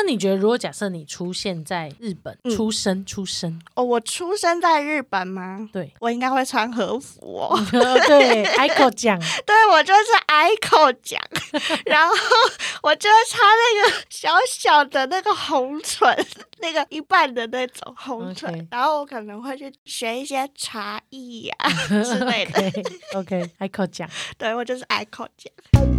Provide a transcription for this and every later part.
你觉得如果假设你出现在日本，出生我出生在日本吗？ 对， 我应该会穿和服哦。 对，Aiko 酱， 对，我就是 Aiko 酱，然后我就会擦那个小小的那个红唇，那个一半的那种红唇， Okay. 然后我可能会去学一些茶艺啊之类的。 OK， Aiko 酱， 对，我就是 Aiko 酱。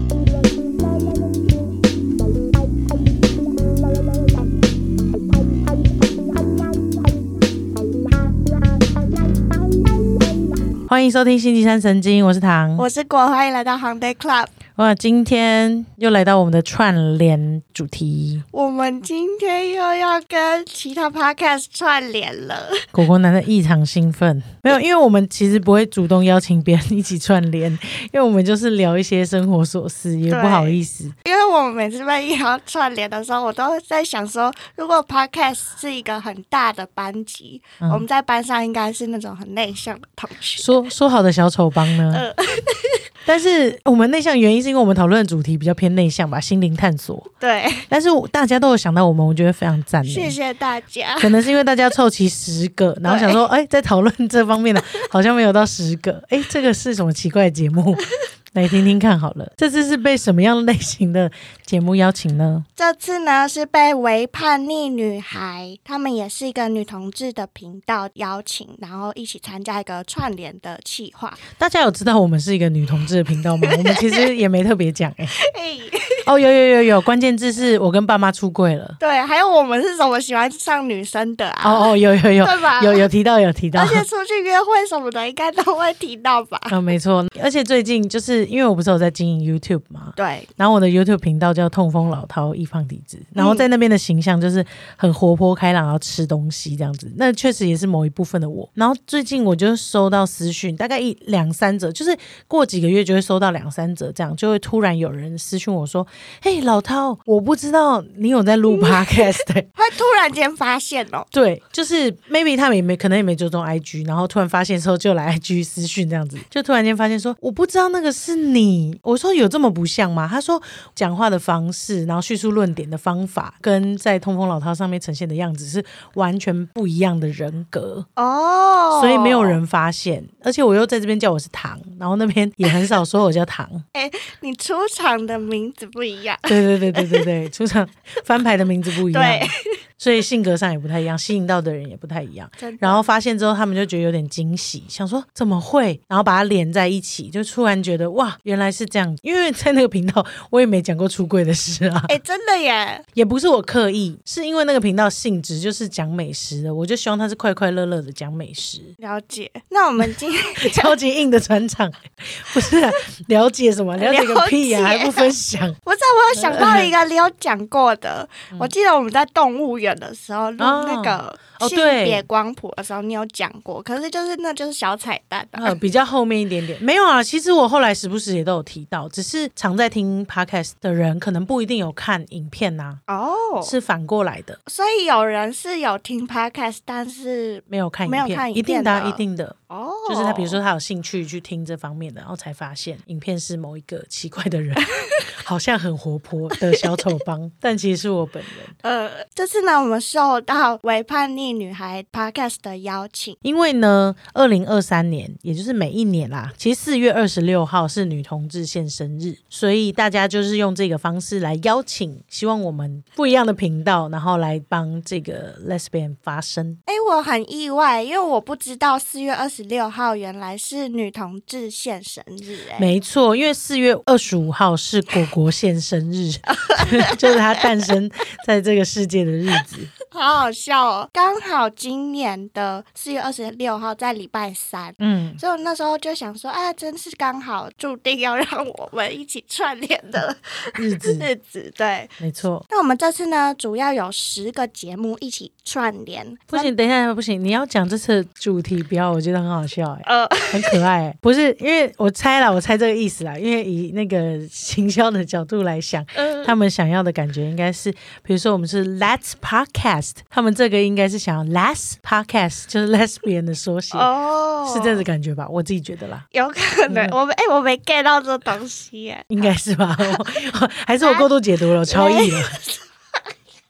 欢迎收听星期三神经，我是唐， 我是果，欢迎来到 Hyundai Club。 哇，今天又来到我们的串联主题， 我们今天又要跟其他 podcast 串联了。 果果男的异常兴奋，没有，因为我们其实不会主动邀请别人一起串联，因为我们就是聊一些生活琐事，也不好意思。 因为我们每次被邀串联的时候，我都在想说，如果 podcast 是一个很大的班级，我们在班上应该是那种很内向的同学。 说好的小丑帮呢？但是我们内向原因是因为我们讨论的主题比较偏内向吧，心灵探索。 对， 但是大家都有想到我们，我觉得非常赞。 谢谢大家。 可能是因为大家凑齐10个，然后想说，在讨论这方面的好像没有到10个，这个是什么奇怪的节目？来听听看好了，这次是被什么样类型的节目邀请呢？ 这次呢是被为叛逆女孩，他们也是一个女同志的频道邀请，然后一起参加一个串联的企划。 大家有知道我们是一个女同志的频道吗？我们其实也没特别讲有，关键字是我跟爸妈出柜了。 对，还有我们是怎么喜欢上女生的啊？ 有， 对吧？ 有提到，而且出去约会什么的应该都会提到吧？ 没错，而且最近就是因为我不是有在经营 YouTube 嘛， 对， 然后我的 YouTube 频道叫痛风老饕易胖体质，然后在那边的形象就是很活泼开朗，然后吃东西这样子，那确实也是某一部分的我。然后最近我就收到私讯，大概2-3则，就是过几个月就会收到2-3则，这样就会突然有人私讯我说：“嘿，老饕，我不知道你有在录 Podcast。” 会突然间发现哦。 对，就是 maybe 他们可能也没追踪 IG， 然后突然发现之后就来 IG 私讯这样子，就突然间发现说我不知道那个是你。我说有这么不像吗？他说讲话的方式，然后叙述论点的方法，跟在痛风老饕上面呈现的样子是完全不一样的人格哦，所以没有人发现。而且我又在这边叫我是唐，然后那边也很少说我叫唐。 你出场的名字不一样。 对，出场翻牌的名字不一样。 对。 所以性格上也不太一样，吸引到的人也不太一样。然后发现之后，他们就觉得有点惊喜，想说怎么会？然后把它连在一起，就突然觉得哇，原来是这样。因为在那个频道，我也没讲过出柜的事啊。 真的耶！ 也不是我刻意，是因为那个频道性质就是讲美食的，我就希望它是快快乐乐的讲美食。 了解。那我们今天超级硬的转场，不是了解什么？了解个屁啊！还不分享？ 不是，我有想到一个你有讲过的，我记得我们在动物园的时候录那个性别光谱的时候，你有讲过，可是那就是小彩蛋比较后面一点点。没有啊，其实我后来时不时也都有提到，只是常在听 podcast 的人可能不一定有看影片啊。是反过来的。 所以有人是有听 podcast， 但是没有看影片，一定的。就是他比如说他有兴趣去听这方面的，然后才发现影片是某一个奇怪的人好像很活泼的小丑帮但其实是我本人。 这次呢我们受到为叛逆女孩 podcast 的邀请， 因为呢2023年也就是每一年啦，其实4月26号是女同志现身日，所以大家就是用这个方式来邀请，希望我们不一样的频道然后来帮这个 lesbian 发声。 我很意外，因为我不知道4月26号原来是女同志现身日。 没错，因为4月25号是果果现身日就是他诞生在这个世界的日子。 好好笑哦，刚好今年的4月26号在礼拜3，所以我那时候就想说真是刚好注定要让我们一起串联的日子对， 没错。 那我们这次呢主要有10个节目一起串联。 不行，等一下，不行，你要讲这次的主题不要，我觉得很好笑很可爱不是，因为我猜这个意思啦，因为以那个行销的角度来想，他们想要的感觉应该是，比如说我们是 Let's Podcast， 他们这个应该是想要 Less Podcast， 就是 Lesbian 的缩写是这样的感觉吧，我自己觉得啦。 有可能我没 get 到这东西应该是吧还是我过度解读了，超意了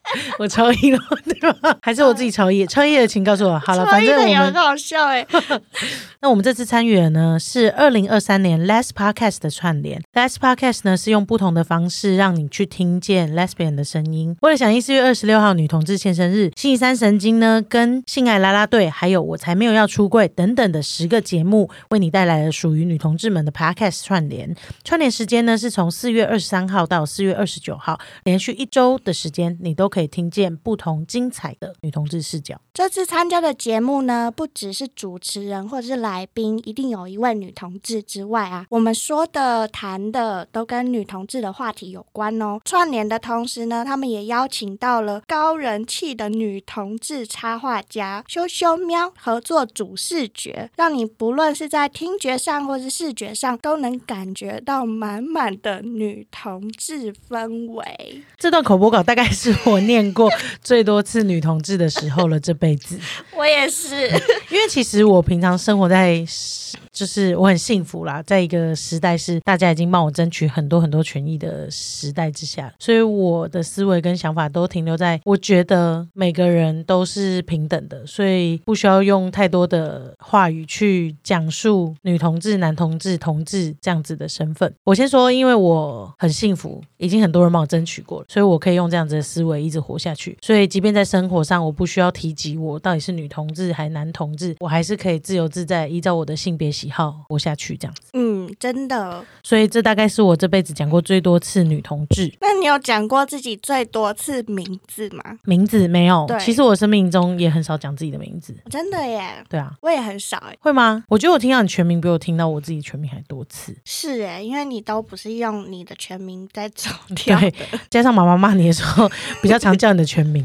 我超译了对吧？还是我自己超译？超译的请告诉我。好了，反正我们很好笑那我们这次参与的呢是2023年 Less Podcast 的串联。Less Podcast 呢是用不同的方式让你去听见 Lesbian 的声音。为了响应4月26号女同志现身日，星期三神经呢跟性爱啦啦队还有我才没有要出柜等等的10个节目，为你带来了属于女同志们的 Podcast 串联。串联时间呢是从4月23号到4月29号，连续1周的时间，你都可以听见不同精彩的女同志视角。 这次参加的节目呢，不只是主持人或者是来宾一定有一位女同志之外啊，我们说的谈的都跟女同志的话题有关哦。串联的同时呢，他们也邀请到了高人气的女同志插画家羞羞喵合作主视觉，让你不论是在听觉上或是视觉上都能感觉到满满的女同志氛围。 这段口播稿大概是我念过最多次女同志的时候了，这辈子。 我也是因为其实我平常生活在就是我很幸福啦，在一个时代是大家已经帮我争取很多很多权益的时代之下，所以我的思维跟想法都停留在我觉得每个人都是平等的，所以不需要用太多的话语去讲述女同志、男同志、同志这样子的身份。我先说，因为我很幸福，已经很多人帮我争取过了，所以我可以用这样子的思维一直活下去。所以即便在生活上我不需要提及我到底是女同志还是男同志，我还是可以自由自在依照我的性别喜好活下去这样子。 真的。 所以这大概是我这辈子讲过最多次女同志。 那你有讲过自己最多次名字吗？ 名字没有，其实我生命中也很少讲自己的名字。 真的耶？ 对啊， 我也很少耶。 会吗？我觉得我听到你全名比我听到我自己全名还多次。 是耶，因为你都不是用你的全名在走跳的。 对，加上妈妈骂你的时候比较常叫你的全名。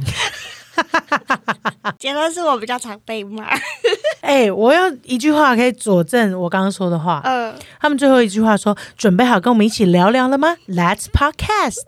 结论是我比较常被骂。 我要一句话可以佐证我刚刚说的话。他们最后一句话说：准备好跟我们一起聊聊了吗？ Let's podcast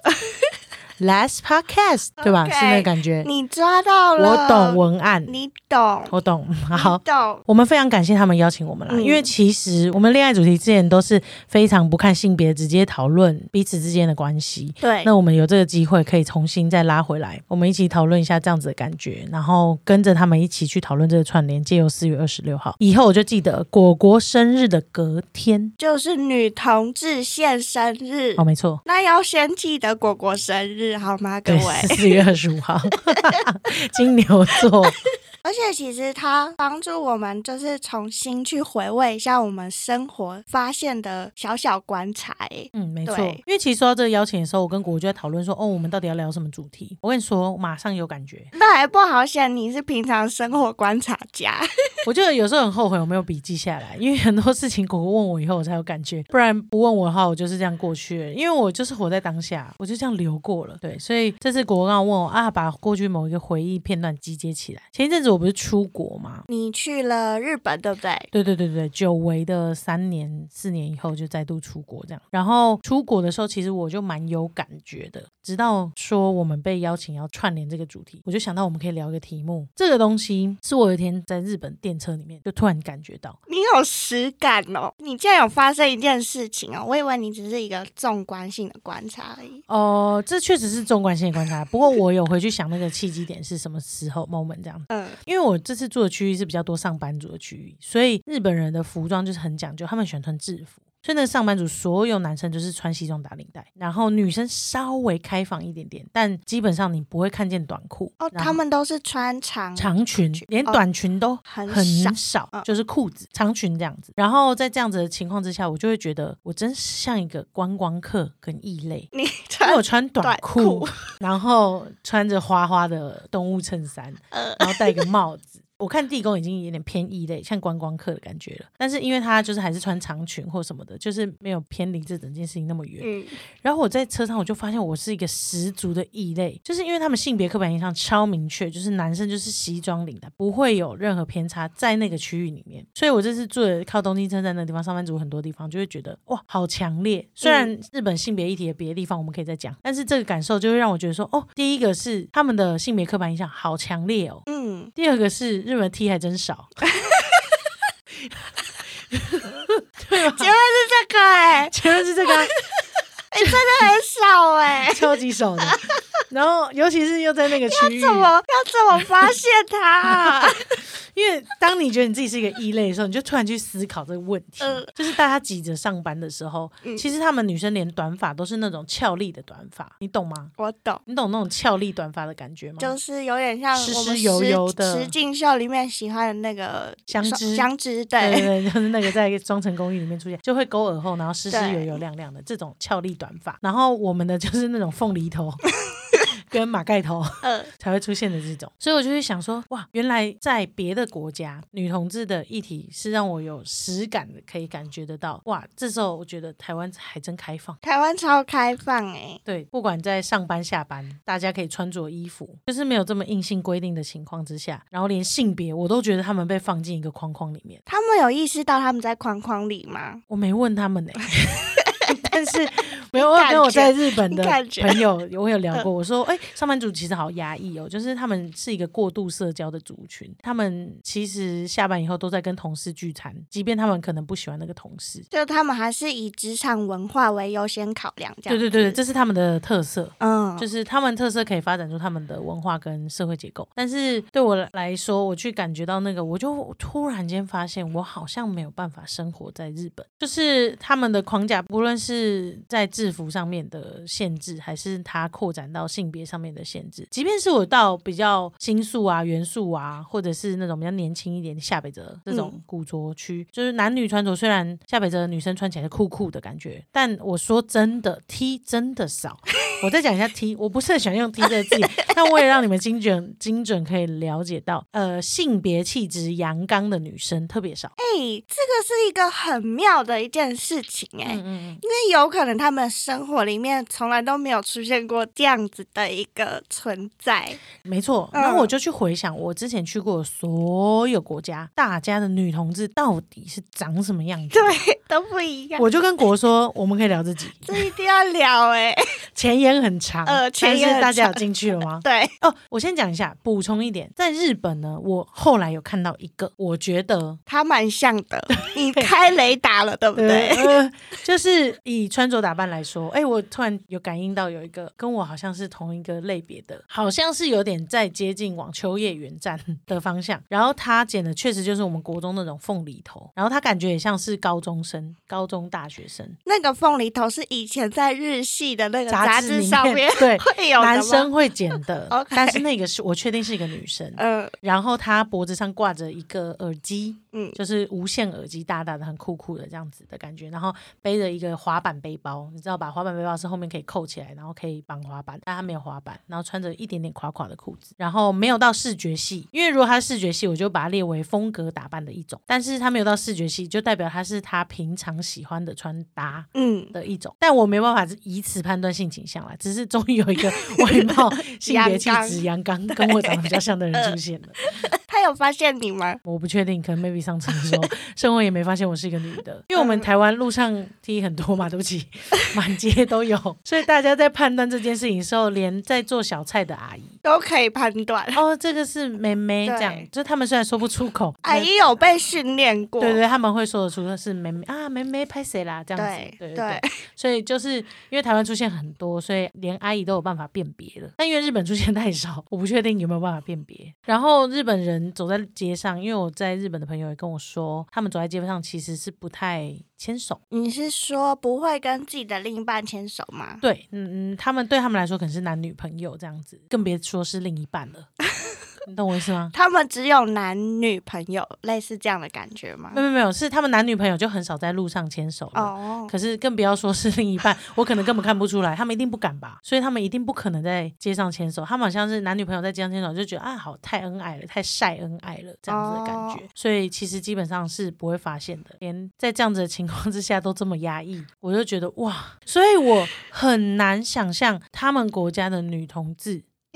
Let's podcast 对吧？ 是那个感觉。 你抓到了。 我懂文案。 你懂。 我懂。好， 懂。 我们非常感谢他们邀请我们啦，因为其实我们恋爱主题之前都是非常不看性别，直接讨论彼此之间的关系。 对。 那我们有这个机会可以重新再拉回来，我们一起讨论一下这样子的感觉，然后跟着他们一起去讨论这个串联，借由4月26号以后，我就记得果果生日的隔天就是女同志现生日。 没错。 那要先记得果果生日好吗，各位 ？4月25号金牛座。 而且其实它帮助我们就是重新去回味一下我们生活发现的小小观察。 没错。因为其实说到这个邀请的时候，我跟果果就在讨论说，我们到底要聊什么主题。我跟你说，马上有感觉。 那还不好显你是平常生活观察家。 我觉得有时候很后悔我没有笔记下来，因为很多事情果果问我以后我才有感觉，不然不问我的话我就是这样过去了，因为我就是活在当下，我就这样流过了。对，所以这次果果刚刚问我把过去某一个回忆片段集结起来。前一阵子我不是出国吗？ 你去了日本对不对？ 对，久违的3年4年以后就再度出国这样。然后出国的时候其实我就蛮有感觉的，直到说我们被邀请要串联这个主题，我就想到我们可以聊一个题目。这个东西是我有一天在日本电车里面就突然感觉到。 你有实感哦，你竟然有发生一件事情哦，我以为你只是一个纵观性的观察而已。 这确实是纵观性的观察，不过我有回去想那个契机点是什么时候 moment 这样。因为我这次住的区域是比较多上班族的区域，所以日本人的服装就是很讲究，他们喜欢穿制服。所以那个上班族所有男生就是穿西装打领带，然后女生稍微开放一点点，但基本上你不会看见短裤。 他们都是穿长裙，连短裙都很少，就是裤子长裙这样子。然后在这样子的情况之下，我就会觉得我真像一个观光客跟异类。因为我穿短裤然后穿着花花的动物衬衫，然后戴一个帽子。我看地公已经有点偏异类，像观光客的感觉了，但是因为他就是还是穿长裙或什么的，就是没有偏离这整件事情那么远。然后我在车上我就发现我是一个十足的异类，就是因为他们性别刻板印象超明确，就是男生就是西装领带，不会有任何偏差在那个区域里面。所以我这次住的靠东京车站那个地方，上班族很多地方就会觉得哇好强烈。虽然日本性别议题的别的地方我们可以再讲，但是这个感受就会让我觉得说第一个是他们的性别刻板印象好强烈哦。第二个是日本 T 还真少。对吧？ 结论是这个结论是这个真的很少超级少的。 然后尤其是又在那个区域， 要怎么发现他啊？ 因为当你觉得你自己是一个异类的时候，你就突然去思考这个问题，就是大家挤着上班的时候，其实他们女生连短发都是那种俏丽的短发，你懂吗？ 我懂， 你懂那种俏丽短发的感觉吗？ 就是有点像我们油油的实境秀里面喜欢的那个香枝， 对，就是那个在双层公寓里面出现，就会勾耳后，然后湿油油亮亮的这种俏丽短发，然后我们的就是那种凤梨头。跟马盖头才会出现的这种，所以我就会想说，哇，原来在别的国家女同志的议题是让我有实感的，可以感觉得到，哇，这时候我觉得台湾还真开放， 台湾超开放对，不管在上班下班，大家可以穿着衣服，就是没有这么硬性规定的情况之下，然后连性别我都觉得他们被放进一个框框里面。 他们有意识到他们在框框里吗？ 我没问他们但是没有，我跟我在日本的朋友我有聊过，我说上班族其实好压抑哦，就是他们是一个过度社交的族群，他们其实下班以后都在跟同事聚餐，即便他们可能不喜欢那个同事， 就他们还是以职场文化为优先考量这样。 对，这是他们的特色，就是他们特色可以发展出他们的文化跟社会结构，但是对我来说，我去感觉到那个，我就突然间发现我好像没有办法生活在日本，就是他们的框架不论是在制服上面的限制，还是它扩展到性别上面的限制，即便是我到比较新宿啊、元素啊，或者是那种比较年轻一点的下北泽这种古着区，就是男女穿着虽然下北泽的女生穿起来酷酷的感觉，但我说真的 T 真的少。我再讲一下 T， 我不是很喜欢用 T 这个字，但我也让你们精准可以了解到，性别气质阳刚的女生特别少。 这个是一个很妙的一件事情因为有可能他们生活里面从来都没有出现过这样子的一个存在。 没错，然后我就去回想我之前去过的所有国家，大家的女同志到底是长什么样子？ 对，都不一样。 我就跟国说，我们可以聊自己， 这一定要聊前言很长，但是大家有进去了吗？ 对我先讲一下，补充一点，在日本呢，我后来有看到一个，我觉得他蛮像的，你开雷达了，对不对？ 就是以穿着打扮来说，我突然有感应到有一个跟我好像是同一个类别的，好像是有点在接近往秋叶原站的方向，然后他剪的确实就是我们国中那种凤梨头，然后他感觉也像是高中大学生。 那个凤梨头是以前在日系的那个杂志上面对会有的吗？ 男生会剪的 okay 但是那个是我确定是一个女生然后她脖子上挂着一个耳机就是无线耳机，大大的很酷酷的这样子的感觉，然后背着一个滑板背包，你知道吧？滑板背包是后面可以扣起来，然后可以绑滑板，但他没有滑板，然后穿着一点点垮垮的裤子，然后没有到视觉系，因为如果他视觉系我就把它列为风格打扮的一种，但是他没有到视觉系就代表他是他平常喜欢的穿搭的一种但我没办法以此判断性倾向啦，只是终于有一个外貌性别气质阳刚跟我长得比较像的人出现了他有发现你吗？ 我不确定，可能 maybe 上车的时候盛惠也没发现我是一个女的，因为我们台湾路上 T 很多嘛，对不起，满街都有，所以大家在判断这件事情的时候，连在做小菜的阿姨都可以判断这个是妹妹这样，就他们虽然说不出口， 阿姨有被训练过， 对，他们会说得出是妹妹啊，妹妹拍谁啦这样子，对，所以就是因为台湾出现很多，所以连阿姨都有办法辨别了，但因为日本出现太少，我不确定有没有办法辨别。然后日本人走在街上，因为我在日本的朋友也跟我说，他们走在街上其实是不太牵手。 你是说不会跟自己的另一半牵手吗？ 对，对他们来说可能是男女朋友这样子，更别说是另一半了你懂我意思吗？ 他们只有男女朋友类似这样的感觉吗？ 没有，是他们男女朋友就很少在路上牵手了可是更不要说是另一半我可能根本看不出来，他们一定不敢吧，所以他们一定不可能在街上牵手，他们好像是男女朋友在街上牵手就觉得好太恩爱了，太晒恩爱了这样子的感觉所以其实基本上是不会发现的，连在这样子的情况之下都这么压抑，我就觉得哇，所以我很难想象他们国家的女同志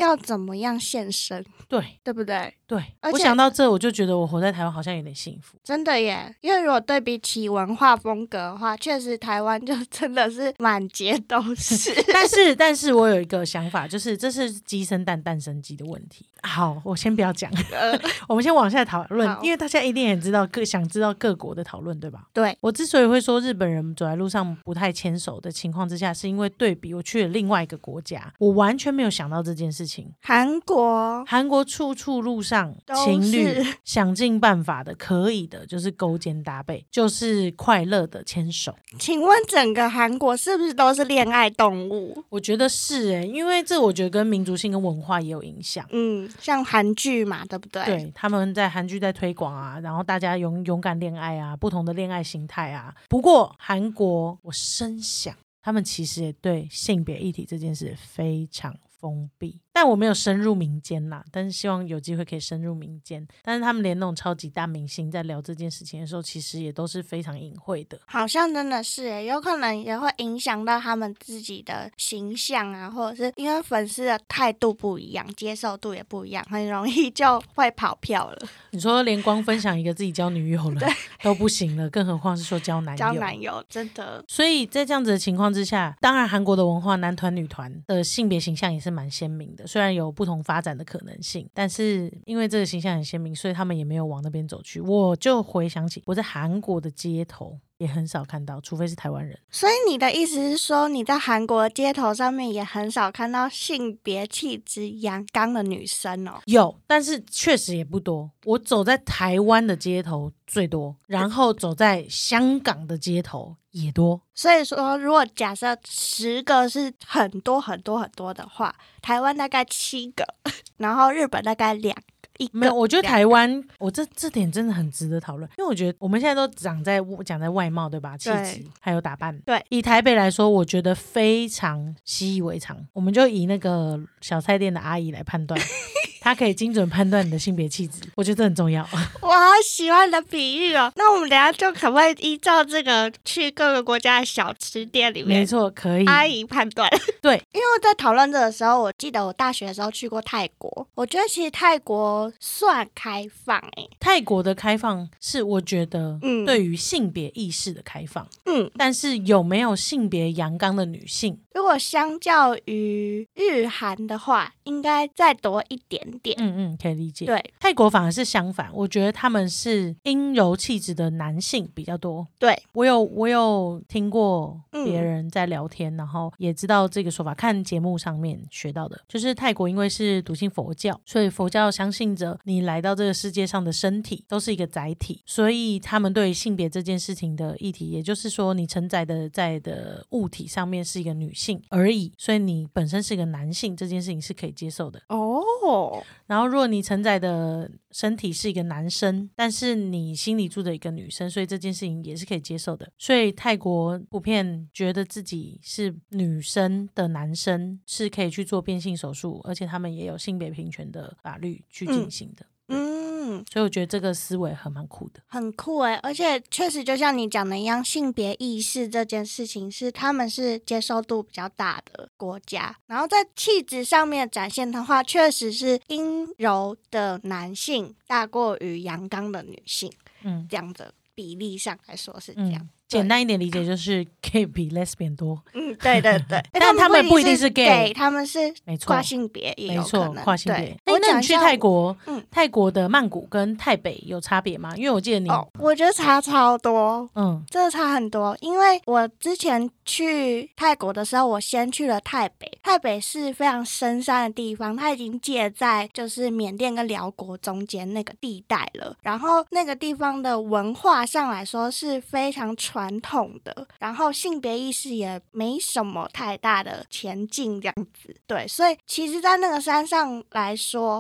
要怎么样现身，对不对？ 对，我想到这我就觉得我活在台湾好像有点幸福， 真的耶。因为如果对比起文化风格的话，确实台湾就真的是满街都是但是我有一个想法，就是这是鸡生蛋蛋生鸡的问题。好，我先不要讲我们先往下讨论，因为大家一定也知道想知道各国的讨论，对吧？ 对， 我之所以会说日本人走在路上不太牵手的情况之下，是因为对比我去了另外一个国家，我完全没有想到这件事情。韩国处处路上情侣想尽办法的可以的就是勾肩搭背，就是快乐的牵手。 请问整个韩国是不是都是恋爱动物？ 我觉得是因为这我觉得跟民族性跟文化也有影响。 像韩剧嘛，对不对？ 对，他们在韩剧在推广啊，然后大家勇敢恋爱啊，不同的恋爱形态啊。不过韩国我深想他们其实也对性别议题这件事非常封闭，但我没有深入民间啦，但是希望有机会可以深入民间。但是他们连那种超级大明星在聊这件事情的时候，其实也都是非常隐晦的。 好像真的是耶，有可能也会影响到他们自己的形象啊，或者是因为粉丝的态度不一样，接受度也不一样，很容易就会跑票了。 你说连光分享一个自己交女友了都不行了，更何况是说交男友， 真的。 所以在这样子的情况之下，当然韩国的文化男团女团的性别形象也是蛮鲜明的，虽然有不同发展的可能性，但是因为这个形象很鲜明，所以他们也没有往那边走去。我就回想起我在韩国的街头也很少看到，除非是台湾人。 所以你的意思是说，你在韩国的街头上面也很少看到性别气质阳刚的女生哦？ 有，但是确实也不多。我走在台湾的街头最多，然后走在香港的街头也多。 所以说，如果假设10个是很多很多很多的话，台湾大概7个，然后日本大概2个。 没有，我觉得台湾，我这点真的很值得讨论，因为我觉得我们现在都讲在外貌，对吧？气质还有打扮。 对， 以台北来说，我觉得非常习以为常。我们就以那个小菜店的阿姨来判断，她可以精准判断你的性别气质，我觉得这很重要。 我好喜欢你的比喻哦。那我们等一下就可不可以依照这个去各个国家的小吃店里面？ 没错，可以。 阿姨判断。 对， 因为在讨论这个时候，我记得我大学的时候去过泰国，我觉得其实泰国算开放泰国的开放是我觉得对于性别意识的开放，但是有没有性别阳刚的女性？ 如果相较于日韩的话，应该再多一点点。 可以理解。 对， 泰国反而是相反，我觉得他们是阴柔气质的男性比较多。 对， 我有听过别人在聊天，然后也知道这个说法，看节目上面学到的，就是泰国因为是笃信佛教，所以佛教相信着你来到这个世界上的身体都是一个载体，所以他们对性别这件事情的议题，也就是说你承载的物体上面是一个女性而已，所以你本身是一个男性，这件事情是可以接受的哦。 然后如果你承载的身体是一个男生，但是你心里住着一个女生，所以这件事情也是可以接受的。所以泰国普遍觉得自己是女生的男生是可以去做变性手术，而且他们也有性别平权的法律去进行的。所以我觉得这个思维蛮酷的， 很酷而且确实就像你讲的一样，性别意识这件事情是他们是接受度比较大的国家，然后在气质上面展现的话，确实是阴柔的男性大过于阳刚的女性，这样的比例上来说是这样。 简单一点理解就是 gay 比 lesbian 多。 对对对， 但他们不一定是 gay， 他们是跨性别也有可能。 没错，跨性别。那你去泰国，泰国的曼谷跟台北有差别吗？因为我记得你， 我觉得差超多，真的差很多。因为我之前去泰国的时候，我先去了台北，台北是非常深山的地方，它已经介在就是缅甸跟辽国中间那个地带了。然后那个地方的文化上来说是非常传统的，然后性别意识也没什么太大的前进这样子。对，所以其实在那个山上来说，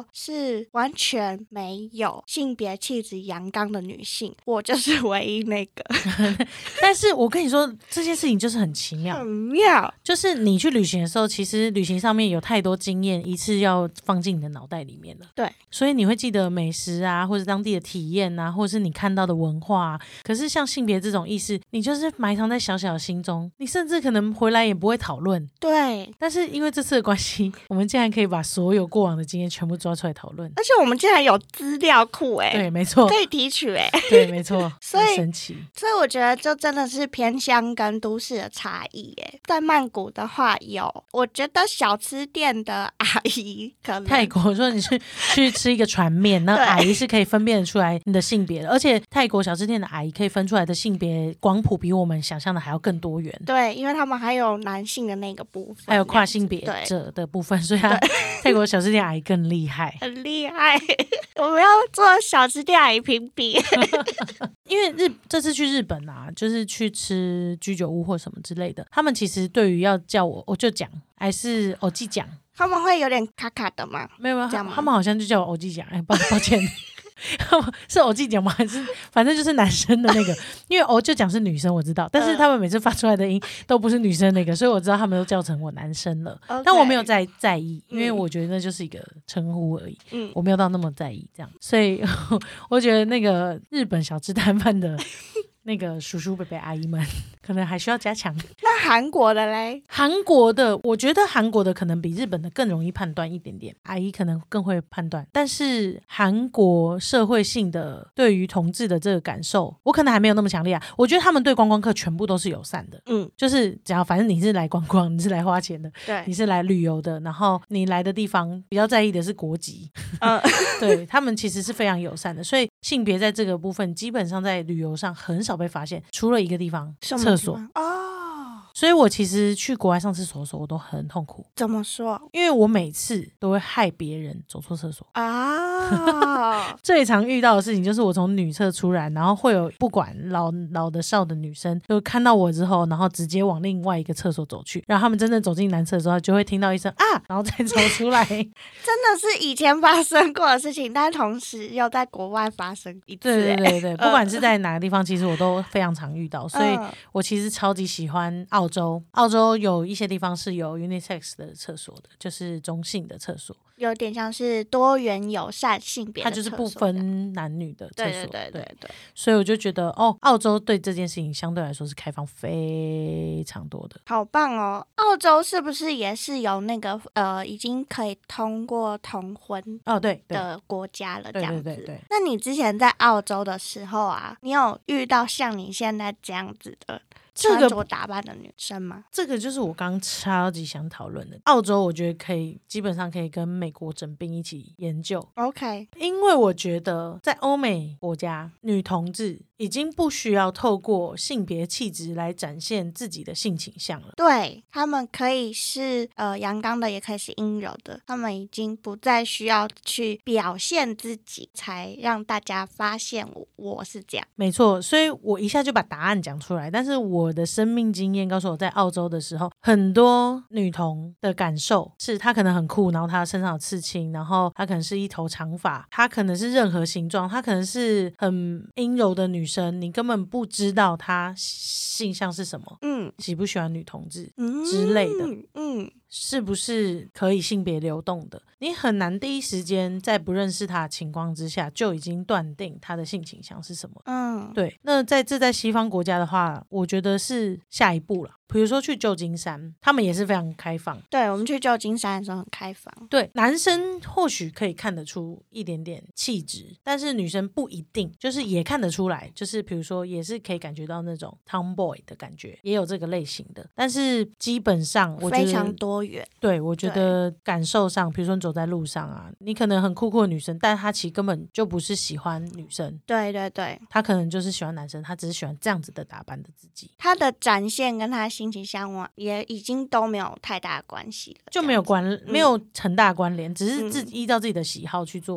国是完全没有性别气质阳刚的女性，我就是唯一那个。 但是我跟你说这件事情就是很奇妙， 很妙， 就是你去旅行的时候，其实旅行上面有太多经验一次要放进你的脑袋里面了。 对， 所以你会记得美食啊，或者当地的体验啊，或者是你看到的文化啊。可是像性别这种意识，你就是埋藏在小小的心中，你甚至可能回来也不会讨论。 对， 但是因为这次的关系，我们竟然可以把所有过往的经验全部抓出来讨论， 而且我们竟然有资料库对，没错， 可以提取对，没错， 所以很神奇。 所以我觉得就真的是偏乡跟都市的差异在曼谷的话我觉得小吃店的阿姨可能泰国说你去吃一个船面，那阿姨是可以分辨得出来你的性别的，而且泰国小吃店的阿姨可以分出来的性别光谱比我们想象的还要更多元。 对，因为他们还有男性的那个部分， 还有跨性别者的部分，所以泰国小吃店阿姨更厉害， 很厉害。我们要做小吃店阿姨评比。 因为这次去日本啊，就是去吃居酒屋或什么之类的，他们其实对于要叫我就讲还是欧记讲， 他们会有点卡卡的吗？ 没有， 这样吗？ 他们好像就叫我欧记讲，抱歉。是欧记讲吗？还是反正就是男生的那个？因为欧就讲是女生，我知道，但是他们每次发出来的音都不是女生那个，所以我知道他们都叫成我男生了。但我没有在意，因为我觉得那就是一个称呼而已，我没有到那么在意这样。所以我觉得那个日本小吃摊贩的那个叔叔伯伯阿姨们可能还需要加强。 那韩国的嘞？ 韩国的我觉得韩国的可能比日本的更容易判断一点点，阿姨可能更会判断，但是韩国社会性的对于同志的这个感受我可能还没有那么强烈啊。我觉得他们对观光客全部都是友善的，就是只要反正你是来观光，你是来花钱的， 对， 你是来旅游的，然后你来的地方比较在意的是国籍，对，他们其实是非常友善的，所以性别在这个部分基本上在旅游上很少被发现，除了一个地方，厕所所以我其实去国外上厕所的时候我都很痛苦。 怎么说？ 因为我每次都会害别人走错厕所啊。 最常遇到的事情就是我从女厕出来，然后会有不管老的少的女生就看到我之后，然后直接往另外一个厕所走去，然后他们真正走进男厕的时候就会听到一声啊，然后再走出来。真的是以前发生过的事情，但同时又在国外发生一次。 对，不管是在哪个地方其实我都非常常遇到，所以我其实超级喜欢澳洲有一些地方是有 unisex 的厕所的，就是中性的厕所， 有点像是多元友善性别的厕所， 它就是不分男女的厕所。 对， 所以我就觉得澳洲对这件事情相对来说是开放非常多的。 好棒哦！澳洲是不是也是有那个已经可以通过同婚的国家了？这样子。 对。 那你之前在澳洲的时候啊，你有遇到像你现在这样子的穿着打扮的女生吗？ 这个就是我刚超级想讨论的。澳洲我觉得基本上可以跟美国整并一起研究。 OK， 因为我觉得在欧美国家，女同志已经不需要透过性别气质来展现自己的性倾向了。 对，他们可以是阳刚的，也可以是阴柔的，他们已经不再需要去表现自己才让大家发现我是这样。 没错，所以我一下就把答案讲出来，但是我的生命经验告诉我，在澳洲的时候，很多女同的感受是她可能很酷，然后她身上有刺青，然后她可能是一头长发，她可能是任何形状，她可能是很阴柔的女生，你根本不知道她性向是什么，喜不喜欢女同志之类的，是不是可以性别流动的，你很难第一时间在不认识他的情况之下就已经断定他的性倾向是什么。对，那在西方国家的话，我觉得是下一步了。比如说去旧金山，他们也是非常开放。 对，我们去旧金山的时候很开放。 对，男生或许可以看得出一点点气质，但是女生不一定，就是也看得出来，就是比如说也是可以感觉到那种 tomboy 的感觉，也有这个类型的，但是基本上我觉得非常多元。 对，我觉得感受上，比如说你走在路上啊，你可能很酷的女生，但她其实根本就不是喜欢女生。 对， 她可能就是喜欢男生，她只是喜欢这样子的打扮的自己。 她的展现跟她心情相往也已经都没有太大的关系了， 就没有很大关联，只是依照自己的喜好去做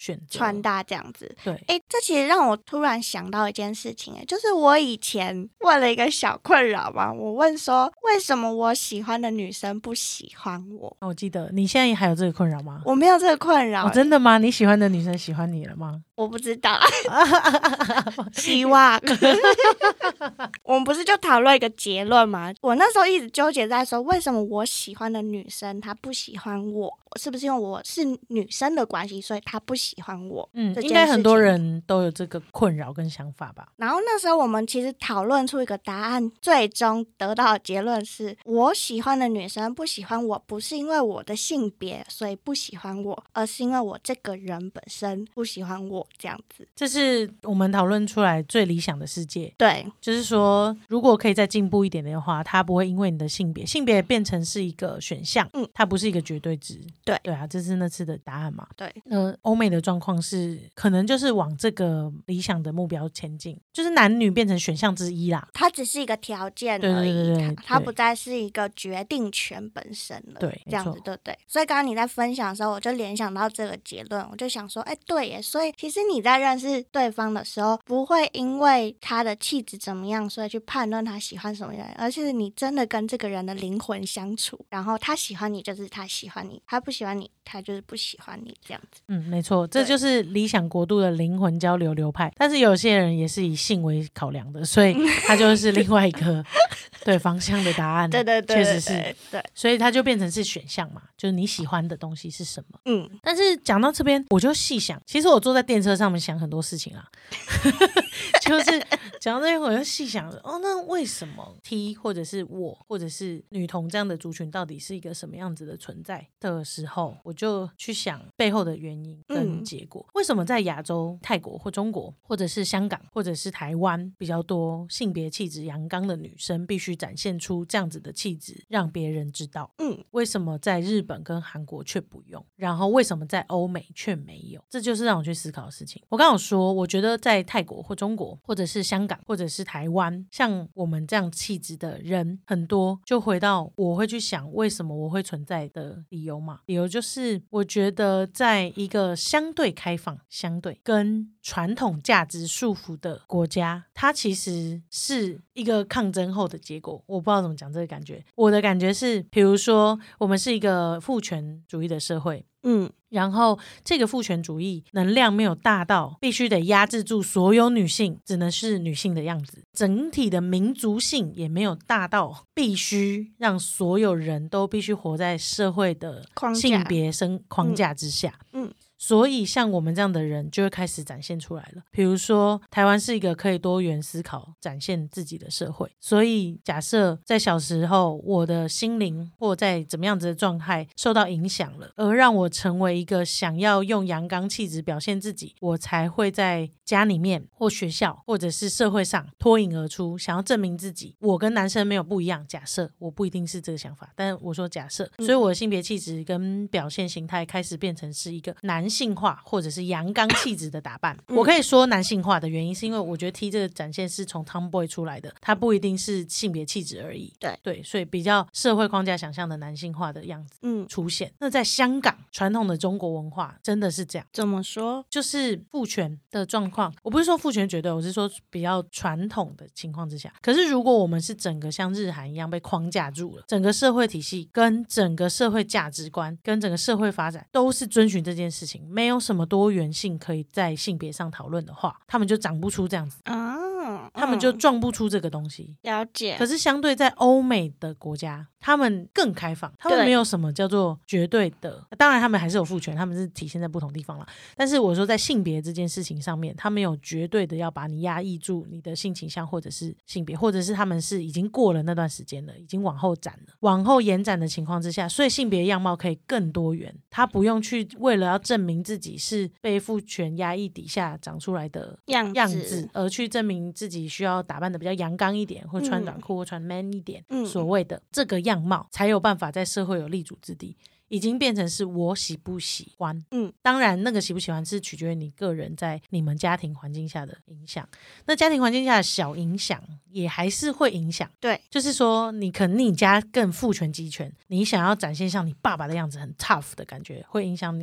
选择穿搭这样子。 对， 这其实让我突然想到一件事情，就是我以前问了一个小困扰嘛，我问说为什么我喜欢的女生不喜欢我。 我记得你现在还有这个困扰吗？ 我没有这个困扰。 真的吗？你喜欢的女生喜欢你了吗？ 我不知道希望我们不是就讨论一个结论吗？我那时候一直纠结在说为什么我喜欢的女生她不喜欢我，是不是因为我是女生的关系所以她不喜欢我。 应该很多人都有这个困扰跟想法吧。 然后那时候我们其实讨论出一个答案，最终得到的结论是我喜欢的女生不喜欢我，不是因为我的性别所以不喜欢我，而是因为我这个人本身不喜欢我，这样子。 这是我们讨论出来最理想的世界。 对， 就是说如果可以再进步一点的话，它不会因为你的性别变成是一个选项，它不是一个绝对值。 对啊，这是那次的答案嘛。 对， 欧美的状况是可能就是往这个理想的目标前进，就是男女变成选项之一啦， 它只是一个条件而已。 对， 它不再是一个决定权本身了。 对， 这样子对不对？所以刚刚你在分享的时候我就联想到这个结论，我就想说对耶，所以其实你在认识对方的时候不会因为他的气质怎么样所以去判断他喜欢什么人，而是你真的跟这个人的灵魂相处，然后他喜欢你就是他喜欢你，他不喜欢你他就是不喜欢你，这样子。 没错，这就是理想国度的灵魂交流流派。但是有些人也是以性为考量的，所以他就是另外一个对方向的答案。 对， 确实是。 对， 所以他就变成是选项嘛，就是你喜欢的东西是什么。但是讲到这边我就细想，其实我坐在电车上面想很多事情啊就是讲到这边我就细想那为什么 T 或者是我或者是女同这样的族群到底是一个什么样子的存在的时候，我就去想背后的原因跟结果。为什么在亚洲泰国或中国或者是香港或者是台湾比较多性别气质阳刚的女生必须展现出这样子的气质让别人知道，为什么在日本跟韩国却不用，然后为什么在欧美却没有，这就是让我去思考的事情。我刚刚有说我觉得在泰国或中国或者是香港或者是台湾，像我们这样气质的人很多，就回到我会去想为什么我会存在的理由嘛。理由就是我觉得在一个相对开放相对跟传统价值束缚的国家，它其实是一个抗争后的结果。我不知道怎么讲这个感觉，我的感觉是比如说我们是一个父权主义的社会，然后这个父权主义能量没有大到必须得压制住所有女性只能是女性的样子，整体的民族性也没有大到必须让所有人都必须活在社会的性别框架之下。所以像我们这样的人就会开始展现出来了。比如说台湾是一个可以多元思考展现自己的社会，所以假设在小时候我的心灵或在怎么样子的状态受到影响了，而让我成为一个想要用阳刚气质表现自己，我才会在家里面或学校或者是社会上脱颖而出，想要证明自己我跟男生没有不一样。假设我不一定是这个想法，但我说假设，所以我的性别气质跟表现形态开始变成是一个男性化或者是阳刚气质的打扮。我可以说男性化的原因是因为我觉得 T 这个展现是从 Tomboy 出来的，它不一定是性别气质而已。对，所以比较社会框架想象的男性化的样子出现。那在香港传统的中国文化真的是这样。 怎么说？ 就是父权的状况，我不是说父权绝对，我是说比较传统的情况之下。可是如果我们是整个像日韩一样被框架住了，整个社会体系跟整个社会价值观跟整个社会发展都是遵循这件事情，没有什么多元性可以在性别上讨论的话，他们就长不出这样子他们就撞不出这个东西。 了解。 可是相对在欧美的国家，他们更开放，他们没有什么叫做绝对的，当然他们还是有父权，他们是体现在不同地方啦。但是我说在性别这件事情上面，他没有绝对的要把你压抑住你的性倾向或者是性别，或者是他们是已经过了那段时间了，已经往后展了，往后延展的情况之下，所以性别样貌可以更多元，他不用去为了要证明自己是被父权压抑底下长出来的样子而去证明自己需要打扮的比较阳刚一点，或穿短裤或穿 man 一点，所谓的这个样貌才有办法在社会有立足之地，已经变成是我喜不喜欢。当然那个喜不喜欢是取决于你个人在你们家庭环境下的影响，那家庭环境下的小影响也还是会影响。 对， 就是说你可能你家更父权集权，你想要展现像你爸爸的样子很 tough 的感觉，会影响你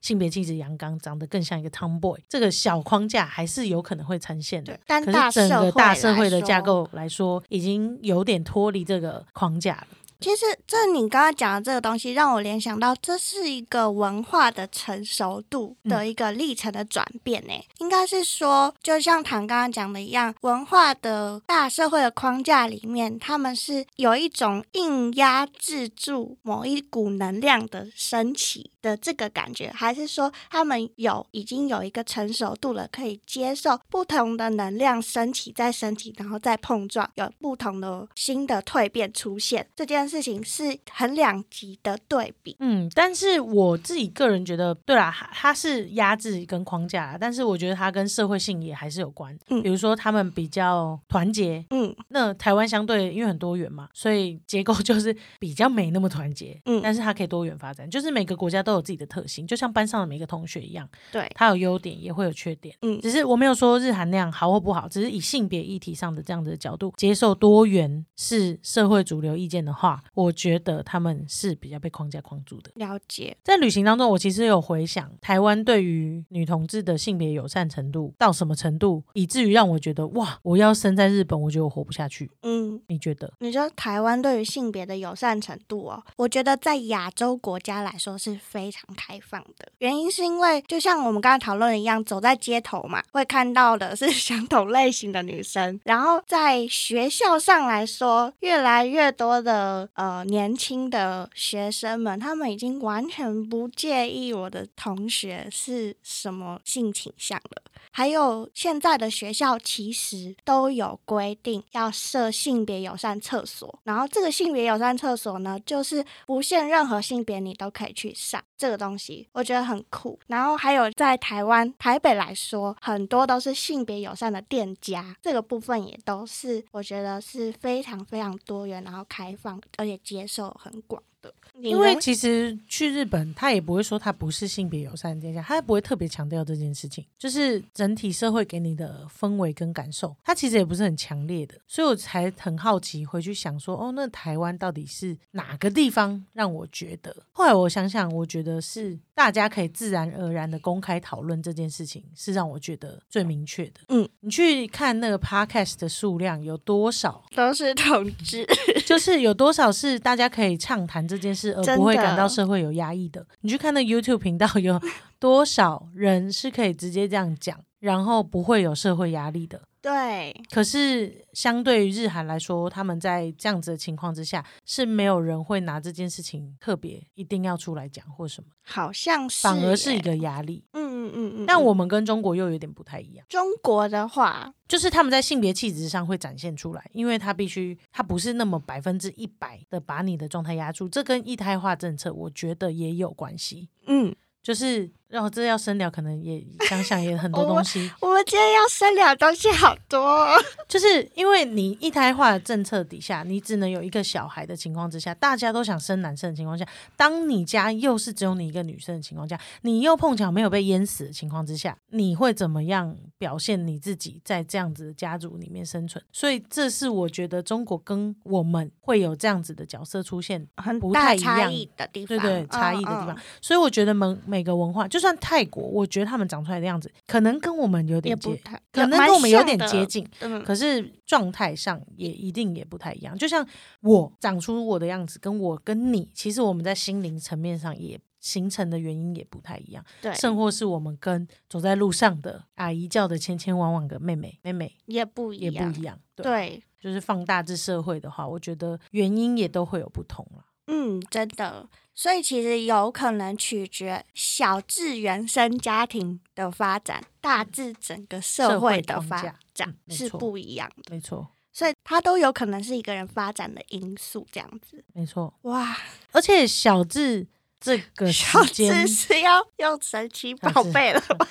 性别气质阳刚，长得更像一个 tomboy， 这个小框架还是有可能会呈现的。 但可是整个大社会的架构来说，已经有点脱离这个框架了。 其实这你刚刚讲的这个东西让我联想到，这是一个文化的成熟度的一个历程的转变应该是说就像唐刚刚讲的一样，文化的大社会的框架里面，他们是有一种硬压制住某一股能量的升起的这个感觉，还是说他们已经有一个成熟度了，可以接受不同的能量升起再升起，然后再碰撞，有不同的新的蜕变出现，这件事情是很两极的对比。 但是我自己个人觉得，对啦，它是压制跟框架啦，但是我觉得它跟社会性也还是有关。比如说他们比较团结，那台湾相对因为很多元嘛，所以结构就是比较没那么团结，但是它可以多元发展，就是每个国家都有自己的特性，就像班上的每个同学一样， 对， 它有优点也会有缺点，只是我没有说日韩那样好或不好，只是以性别议题上的这样的角度，接受多元是社会主流意见的话，我觉得他们是比较被框架框住的。 了解。 在旅行当中，我其实有回想台湾对于女同志的性别友善程度到什么程度，以至于让我觉得哇，我要生在日本，我觉得我活不下去。你觉得？ 你说台湾对于性别的友善程度我觉得在亚洲国家来说是非常开放的。原因是因为就像我们刚才讨论的一样，走在街头嘛，会看到的是相同类型的女生，然后在学校上来说，越来越多的年轻的学生们，他们已经完全不介意我的同学是什么性倾向了。还有现在的学校其实都有规定要设性别友善厕所，然后这个性别友善厕所呢，就是不限任何性别你都可以去上，这个东西我觉得很酷。然后还有在台湾台北来说，很多都是性别友善的店家，这个部分也都是我觉得是非常非常多元，然后开放而且接受很广的。 因为其实去日本他也不会说他不是性别友善的店家，他也不会特别强调这件事情，就是整体社会给你的氛围跟感受他其实也不是很强烈的，所以我才很好奇回去想说那台湾到底是哪个地方让我觉得，后来我想想我觉得是大家可以自然而然的公开讨论这件事情是让我觉得最明确的。你去看那个 podcast 的数量有多少都是同志就是有多少是大家可以畅谈这件事而不会感到社会有压抑的。你去看那 YouTube 频道有多少人是可以直接这样讲然后不会有社会压力的。 对， 可是相对于日韩来说，他们在这样子的情况之下是没有人会拿这件事情特别一定要出来讲或什么， 好像是反而是一个压力。但我们跟中国又有点不太一样。 中国的话就是他们在性别气质上会展现出来，因为他不是那么100%的把你的状态压住，这跟一胎化政策我觉得也有关系。就是这要深聊可能也想想也很多东西我们今天要深聊的东西好多就是因为你一胎化的政策底下，你只能有一个小孩的情况之下，大家都想生男生的情况下，当你家又是只有你一个女生的情况下，你又碰巧没有被淹死的情况之下，你会怎么样表现你自己在这样子的家族里面生存？所以这是我觉得中国跟我们会有这样子的角色出现不太一样， 很大差异的地方， 对差异的地方。所以我觉得每个文化，就算泰国，我觉得他们长出来的样子可能跟我们有点可能跟我们有点接近，可是状态上也一定也不太一样。就像我长出我的样子跟我跟你，其实我们在心灵层面上也形成的原因也不太一样， 对， 甚或是我们跟走在路上的阿姨叫的千千万万个妹妹也不一样，对， 就是放大至社会的话，我觉得原因也都会有不同啦。 真的，所以其实有可能取决小至原生家庭的发展，大至整个社会的发展是不一样的， 没错， 所以它都有可能是一个人发展的因素，这样子， 没错。 哇， 而且小至这个时间小至是要用神奇宝贝了吧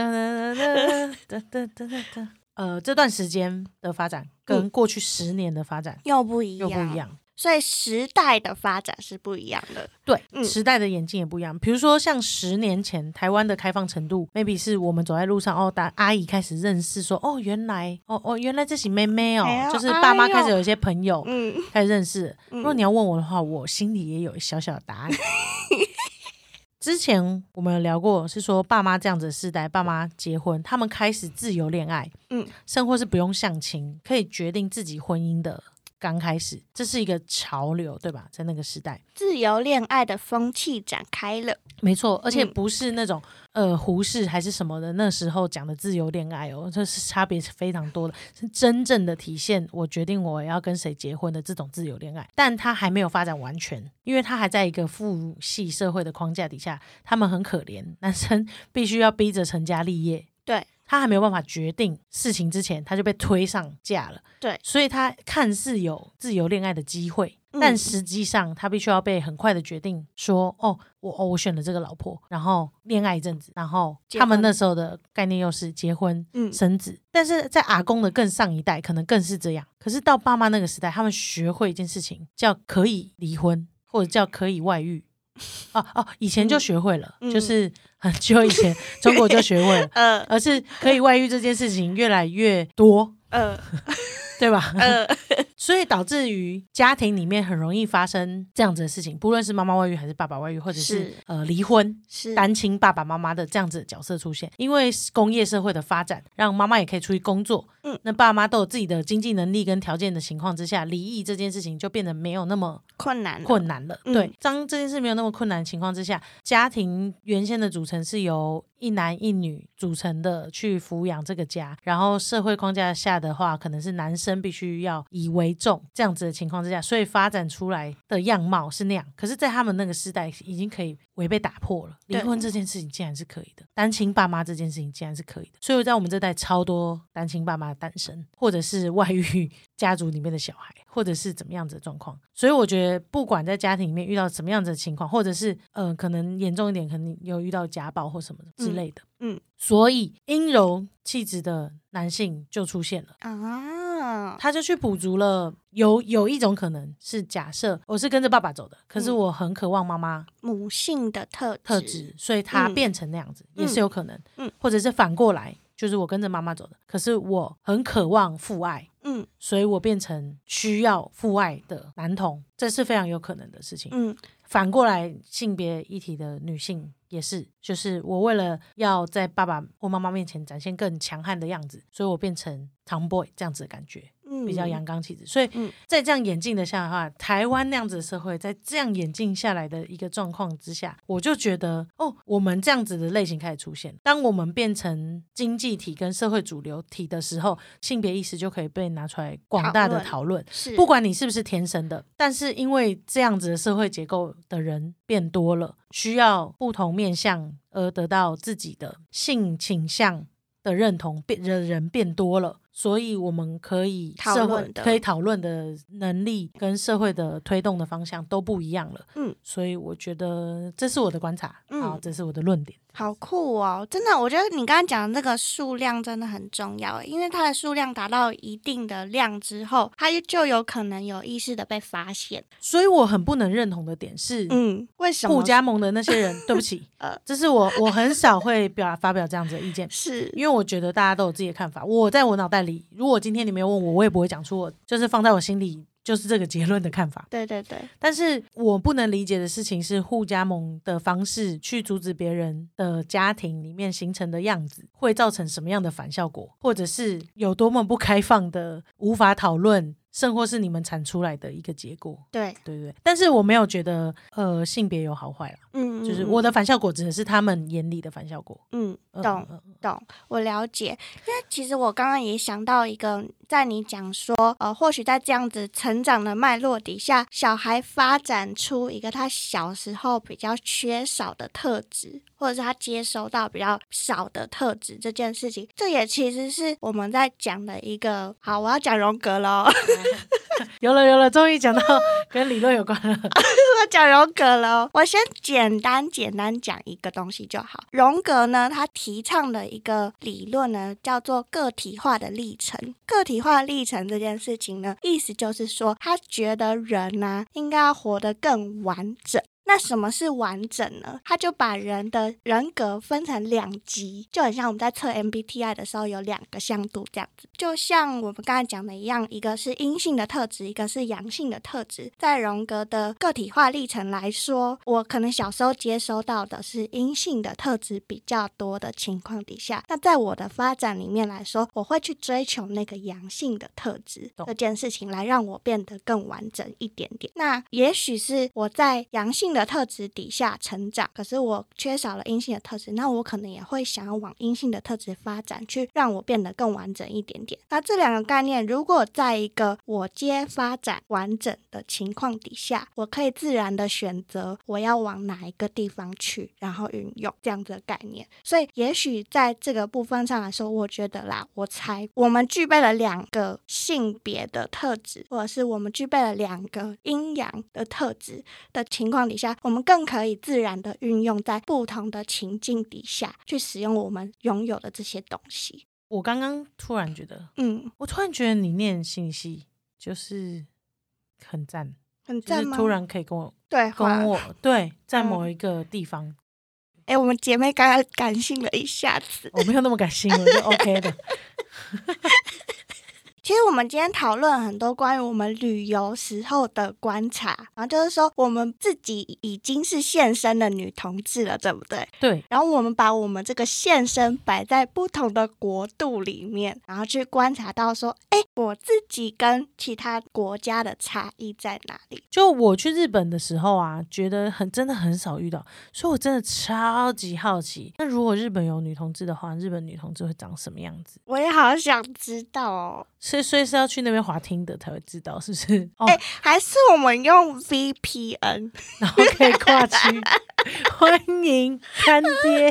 这段时间的发展跟过去10年的发展又不一样，所以时代的发展是不一样的。 对，时代的演进也不一样。比如说像10年前台湾的开放程度 maybe 是我们走在路上阿姨开始认识说原来这是妹妹就是爸妈开始有一些朋友开始认识。如果你要问我的话，我心里也有小小的答案之前我们有聊过，是说爸妈这样子的世代，爸妈结婚，他们开始自由恋爱，甚或是不用相亲，可以决定自己婚姻的刚开始，这是一个潮流，对吧？在那个时代， 自由恋爱的风气展开了。 没错，而且不是那种胡适还是什么的那时候讲的自由恋爱哦，这是差别是非常多的，是真正的体现我决定我要跟谁结婚的这种自由恋爱，但它还没有发展完全，因为它还在一个父系社会的框架底下，他们很可怜，男生必须要逼着成家立业， 对， 他还没有办法决定事情之前他就被推上架了， 对， 所以他看似有自由恋爱的机会，但实际上他必须要被很快的决定说我选了这个老婆，然后恋爱一阵子，然后他们那时候的概念又是结婚生子，但是在阿公的更上一代可能更是这样，可是到爸妈那个时代，他们学会一件事情叫可以离婚，或者叫可以外遇以前就学会了，就是很久以前中国就学会了而是可以外遇这件事情越来越多对吧所以导致于家庭里面很容易发生这样子的事情，不论是妈妈外遇还是爸爸外遇，或者是离婚，是单亲爸爸妈妈的这样子的角色出现。因为工业社会的发展让妈妈也可以出去工作，那爸妈都有自己的经济能力跟条件的情况之下，离异这件事情就变得没有那么困难了对，当这件事没有那么困难的情况之下，家庭原先的组成是由一男一女组成的去抚养这个家，然后社会框架下的话可能是男生必须要以为重，这样子的情况之下，所以发展出来的样貌是那样。可是在他们那个时代已经可以被打破了，离婚这件事情竟然是可以的，单亲爸妈这件事情竟然是可以的，所以在我们这代超多单亲爸妈的诞生，或者是外遇家族里面的小孩，或者是怎么样子的状况。所以我觉得不管在家庭里面遇到什么样子的情况，或者是可能严重一点，可能有遇到家暴或什么之类的所以阴柔气质的男性就出现了他就去补足了有一种可能是假设我是跟着爸爸走的，可是我很渴望妈妈母性的特质所以他变成那样子也是有可能或者是反过来，就是我跟着妈妈走的，可是我很渴望父爱所以我变成需要父爱的男童，这是非常有可能的事情反过来性别议题的女性也是，就是我为了要在爸爸或妈妈面前展现更强悍的样子，所以我变成 tomboy 这样子的感觉比较阳刚气质所以在这样演进的下的话，台湾那样子的社会在这样演进下来的一个状况之下，我就觉得我们这样子的类型开始出现，当我们变成经济体跟社会主流体的时候，性别意识就可以被拿出来广大的讨论不管你是不是天生的，但是因为这样子的社会结构的人变多了，需要不同面向而得到自己的性倾向的认同的人变多了，所以我们可以讨论的能力跟社会的推动的方向都不一样了所以我觉得这是我的观察好，这是我的论点。 好酷哦，真的，我觉得你刚刚讲的那个数量真的很重要，因为它的数量达到一定的量之后，它就有可能有意识的被发现。 所以我很不能认同的点是为什么互加盟的那些人对不起这是我很少会发表这样子的意见是因为我觉得大家都有自己的看法，我在我脑袋里，如果今天你没有问我也不会讲出我就是放在我心里就是这个结论的看法。 对对对， 但是我不能理解的事情是互加盟的方式去阻止别人的家庭里面形成的样子会造成什么样的反效果，或者是有多么不开放的无法讨论，甚或是你们产出来的一个结果。 对对对，但是我没有觉得性别有好坏啦就是我的反效果指的是他们眼里的反效果懂我了解。因为其实我刚刚也想到一个，在你讲说或许在这样子成长的脉络底下，小孩发展出一个他小时候比较缺少的特质，或者是他接收到比较少的特质这件事情，这也其实是我们在讲的一个好，我要讲荣格咯有了终于讲到跟理论有关了我讲荣格了，我先简单讲一个东西就好。荣格呢，他提倡的一个理论呢叫做个体化的历程。个体化历程这件事情呢，意思就是说他觉得人应该要活得更完整。 那什么是完整呢？他就把人的人格分成2级，就很像我们在测 MBTI 的时候有2个向度这样子。就像我们刚才讲的一样，一个是阴性的特质，一个是阳性的特质。在荣格的个体化历程来说，我可能小时候接收到的是阴性的特质比较多的情况底下，那在我的发展里面来说，我会去追求那个阳性的特质这件事情，来让我变得更完整一点点。那也许是我在阳性的特质底下成长，可是我缺少了阴性的特质，那我可能也会想要往阴性的特质发展，去让我变得更完整一点点。那这2个概念如果在一个我皆发展完整的情况底下，我可以自然的选择我要往哪一个地方去，然后运用这样子的概念。所以也许在这个部分上来说，我觉得啦，我们具备了2个性别的特质，或者是我们具备了2个阴阳的特质的情况底下，我们更可以自然的运用在不同的情境底下去使用我们拥有的这些东西。 我刚刚突然觉得我突然觉得你念心理系就是很赞， 很赞吗？ 就是突然可以跟我对在某一个地方我们姐妹刚刚感性了一下子。 我没有那么感性，我就 OK 的其实我们今天讨论很多关于我们旅游时候的观察，然后就是说我们自己已经是现身的女同志了，对不对？ 对。 然后我们把我们这个现身摆在不同的国度里面，然后去观察到说，我自己跟其他国家的差异在哪里？ 就我去日本的时候啊，觉得真的很少遇到，所以我真的超级好奇，那如果日本有女同志的话，日本女同志会长什么样子？ 我也好想知道哦。 所以是要去那边滑Tinder才会知道，是不是？ 还是我们用 VPN， 然后可以跨区欢迎干爹，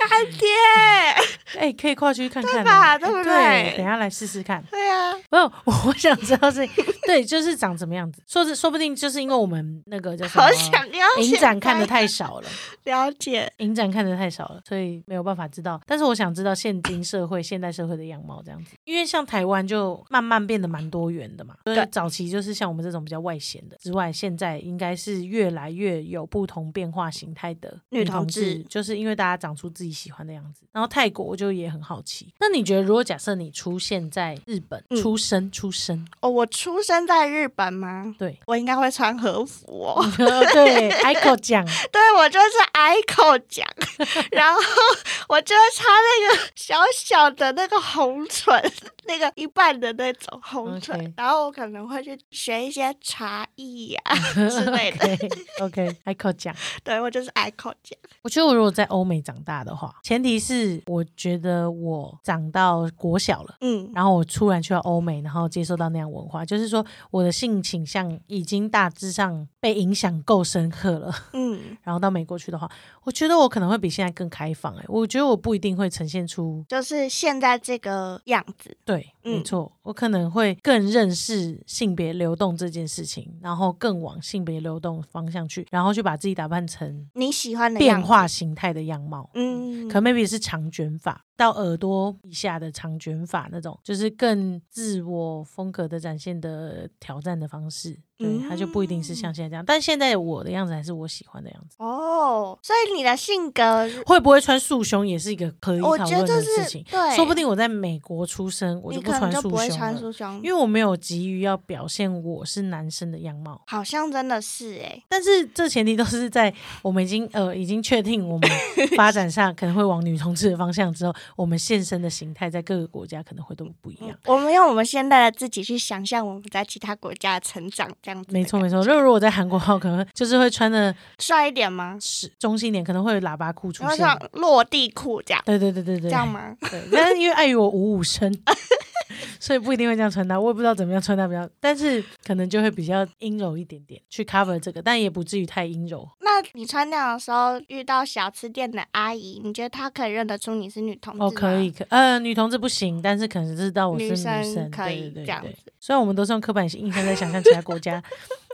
可以跨区看看， 对吧？对不对？ 等一下来试试看。 对啊， 没有，我想知道是，对，就是长什么样子。说不定就是因为我们那个叫什么， 好想了解， 影展看的太少了， 了解， 影展看的太少了，所以没有办法知道。但是我想知道现代社会的样貌这样子，因为像台湾就慢慢变得蛮多元的嘛。对，早期就是像我们这种比较外显的之外，现在应该是越来越有不同变化形态的女同志，就是因为大家长出自己喜欢的样子。然后泰国我就也很好奇，那你觉得如果假设你出现在日本，出生我出生在日本吗？ 对， 我应该会穿和服哦。 对，Aiko 奖， 对，我就是 Aiko 奖，然后我就会擦那个小小的那个红唇，那个一半的那种红唇，然后我可能会去学一些茶艺啊之类的。 OK，Aiko 奖， 对，我就是 Aiko 奖。 我觉得我如果在欧美长大的话，前提是我觉得我长到国小了，然后我突然去到欧美，然后接受到那样文化，就是说我的性倾向已经大致上被影响够深刻了，然后到美国去的话，我觉得我可能会比现在更开放。我觉得我不一定会呈现出就是现在这个样子。 对，没错，我可能会更认识性别流动这件事情，然后更往性别流动方向去，然后去把自己打扮成你喜欢的样子， 变化形态的样貌。可能 maybe 是长卷发到耳朵以下的长卷发那种，就是更自我风格的展现的挑战的方式。对，它就不一定是像现在这样，但现在我的样子还是我喜欢的样子。 所以你的性格会不会穿束胸也是一个可以讨论的事情。 对， 说不定我在美国出生，我就不穿束胸了，因为我没有急于要表现我是男生的样貌。 好像真的是但是这前提都是在我们已经确定我们发展上可能会往女同志的方向之后，我们现身的形态在各个国家可能会都不一样。 我们用我们现在的自己去想象我们在其他国家的成长，这样子。 没错。如果我在韩国的话，可能就是会穿的帅一点吗？ 中性一点，可能会有喇叭裤出现， 像落地裤这样。 对，这样吗？ 对，但是因为碍于我55身所以不一定会这样穿搭，我也不知道怎么样穿搭比较，但是可能就会比较阴柔一点点去 cover 这个，但也不至于太阴柔。 那你穿那样的时候遇到小吃店的阿姨，你觉得她可以认得出你是女同志吗？ 可以，女同志不行，但是可能知道我是女生可以， 对， 这样子。 虽然我们都是用刻板印象在想象其他国家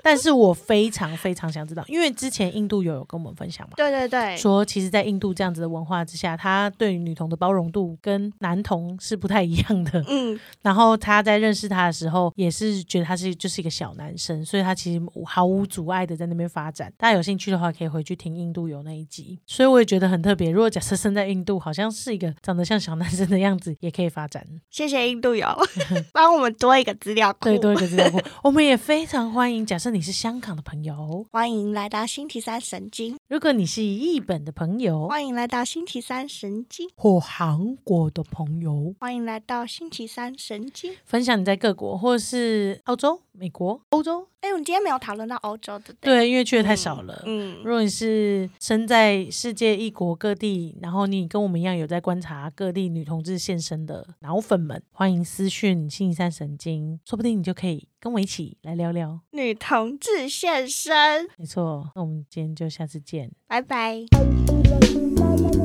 但是我非常非常想知道，因为之前印度有跟我们分享嘛， 对对对， 说其实在印度这样子的文化之下，他对于女童的包容度跟男童是不太一样的。然后他在认识他的时候也是觉得他就是一个小男生，所以他其实毫无阻碍的在那边发展。大家有兴趣的话可以回去听印度游那一集，所以我也觉得很特别，如果假设生在印度好像是一个长得像小男生的样子也可以发展。 谢谢印度游帮我们多一个资料库。 对，多一个资料库我们也非常欢迎假设你是香港的朋友， 欢迎来到星期三神经。 如果你是日本的朋友， 欢迎来到星期三神经。 或韩国的朋友， 欢迎来到星期三神经。 分享你在各国或者是澳洲、美国、欧洲。 我们今天没有讨论到欧洲的。 对，因为去的太少了。如果你是身在世界异国各地，然后你跟我们一样有在观察各地女同志现身的脑粉们，欢迎私讯星期三神经，说不定你就可以跟我一起来聊聊女同志现身。 没错，那我们今天就下次见， 拜拜。